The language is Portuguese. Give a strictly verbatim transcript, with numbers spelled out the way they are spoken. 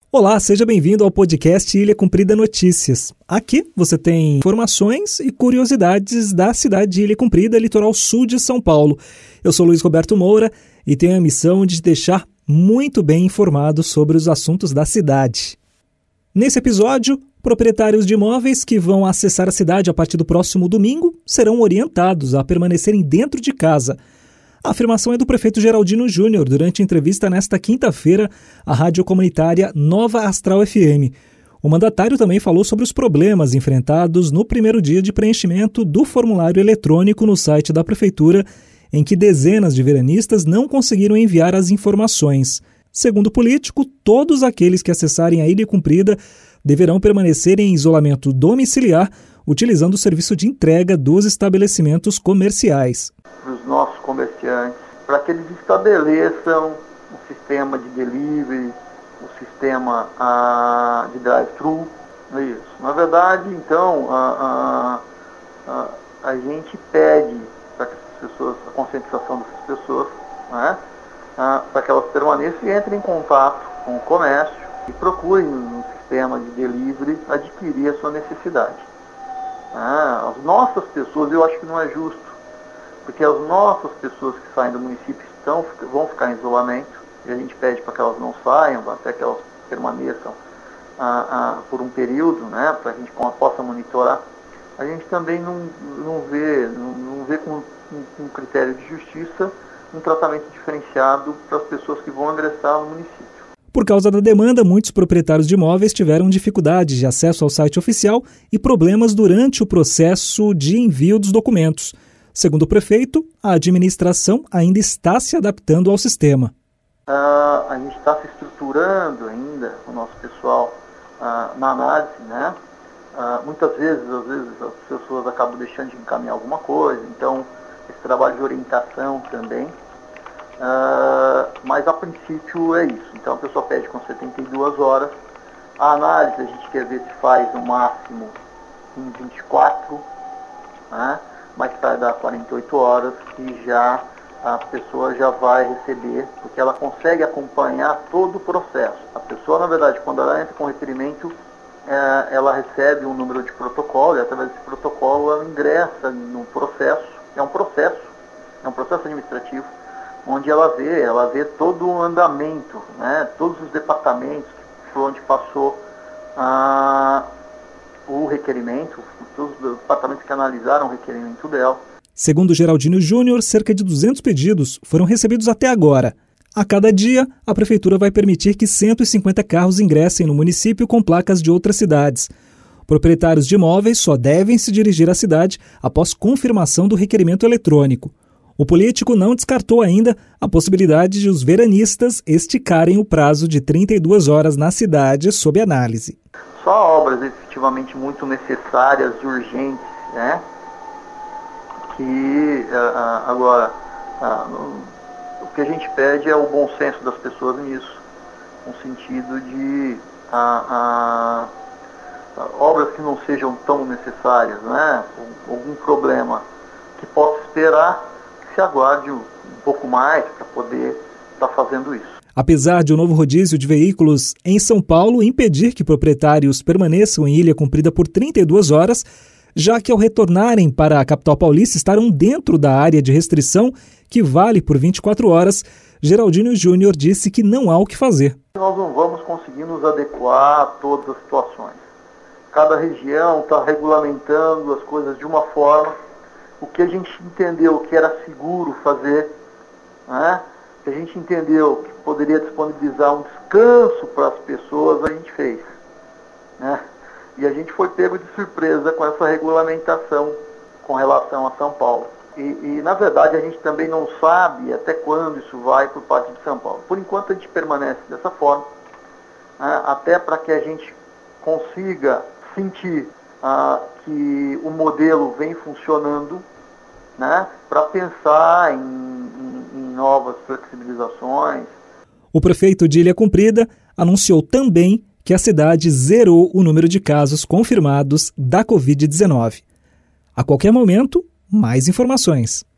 Olá, seja bem-vindo ao podcast Ilha Comprida Notícias. Aqui você tem informações e curiosidades da cidade de Ilha Comprida, litoral sul de São Paulo. Eu sou Luiz Roberto Moura e tenho a missão de te deixar muito bem informado sobre os assuntos da cidade. Nesse episódio, proprietários de imóveis que vão acessar a cidade a partir do próximo domingo serão orientados a permanecerem dentro de casa. A afirmação é do prefeito Geraldino Júnior durante entrevista nesta quinta-feira à rádio comunitária Nova Astral F M. O mandatário também falou sobre os problemas enfrentados no primeiro dia de preenchimento do formulário eletrônico no site da prefeitura, em que dezenas de veranistas não conseguiram enviar as informações. Segundo o político, todos aqueles que acessarem a Ilha Comprida deverão permanecer em isolamento domiciliar, utilizando o serviço de entrega dos estabelecimentos comerciais. Para os nossos comerciantes, para que eles estabeleçam um sistema de delivery, um sistema ah, de drive-thru. Isso. Na verdade, então, a, a, a, a gente pede para que as pessoas, a conscientização dessas pessoas, né, ah, para que elas permaneçam e entrem em contato com o comércio e procurem um sistema de delivery adquirir a sua necessidade. Ah, as nossas pessoas, eu acho que não é justo, porque as nossas pessoas que saem do município estão, vão ficar em isolamento, e a gente pede para que elas não saiam, até que elas permaneçam ah, ah, por um período, né, para que a gente possa monitorar. A gente também não, não vê, não, não vê com, com, com critério de justiça um tratamento diferenciado para as pessoas que vão ingressar no município. Por causa da demanda, muitos proprietários de imóveis tiveram dificuldades de acesso ao site oficial e problemas durante o processo de envio dos documentos. Segundo o prefeito, a administração ainda está se adaptando ao sistema. Uh, a gente está se estruturando ainda, o nosso pessoal, uh, na análise, né? Uh, muitas vezes, às vezes, as pessoas acabam deixando de encaminhar alguma coisa, então esse trabalho de orientação também. Uh, mas a princípio é isso. Então a pessoa pede com setenta e duas horas. A análise a gente quer ver se faz no máximo em vinte e quatro, né? Mas vai dar quarenta e oito horas e já a pessoa já vai receber, porque ela consegue acompanhar todo o processo. A pessoa, na verdade, quando ela entra com requerimento, é, ela recebe um número de protocolo e através desse protocolo ela ingressa no processo. É um processo, é um processo administrativo, onde ela vê, ela vê todo o andamento, né, todos os departamentos por onde passou ah, o requerimento, todos os departamentos que analisaram o requerimento dela. Segundo Geraldino Júnior, cerca de duzentos pedidos foram recebidos até agora. A cada dia, a prefeitura vai permitir que cento e cinquenta carros ingressem no município com placas de outras cidades. Proprietários de imóveis só devem se dirigir à cidade após confirmação do requerimento eletrônico. O político não descartou ainda a possibilidade de os veranistas esticarem o prazo de trinta e duas horas na cidade sob análise. Só obras efetivamente muito necessárias e urgentes, né? Que uh, agora uh, o que a gente pede é o bom senso das pessoas nisso, no sentido de uh, uh, uh, obras que não sejam tão necessárias, né? Algum problema que possa esperar, se aguarde um pouco mais para poder estar tá fazendo isso. Apesar de o um novo rodízio de veículos em São Paulo impedir que proprietários permaneçam em Ilha Comprida por trinta e duas horas, já que ao retornarem para a capital paulista estarão dentro da área de restrição, que vale por vinte e quatro horas, Geraldino Júnior disse que não há o que fazer. Nós não vamos conseguir nos adequar a todas as situações. Cada região está regulamentando as coisas de uma forma. O que a gente entendeu que era seguro fazer, né? Que a gente entendeu que poderia disponibilizar um descanso para as pessoas, a gente fez, né? E a gente foi pego de surpresa com essa regulamentação com relação a São Paulo. E, e, na verdade, a gente também não sabe até quando isso vai por parte de São Paulo. Por enquanto, a gente permanece dessa forma, né? Até para que a gente consiga sentir ah, que o modelo vem funcionando, né, para pensar em, em, em novas flexibilizações. O prefeito de Ilha Comprida anunciou também que a cidade zerou o número de casos confirmados da covid dezenove. A qualquer momento, mais informações.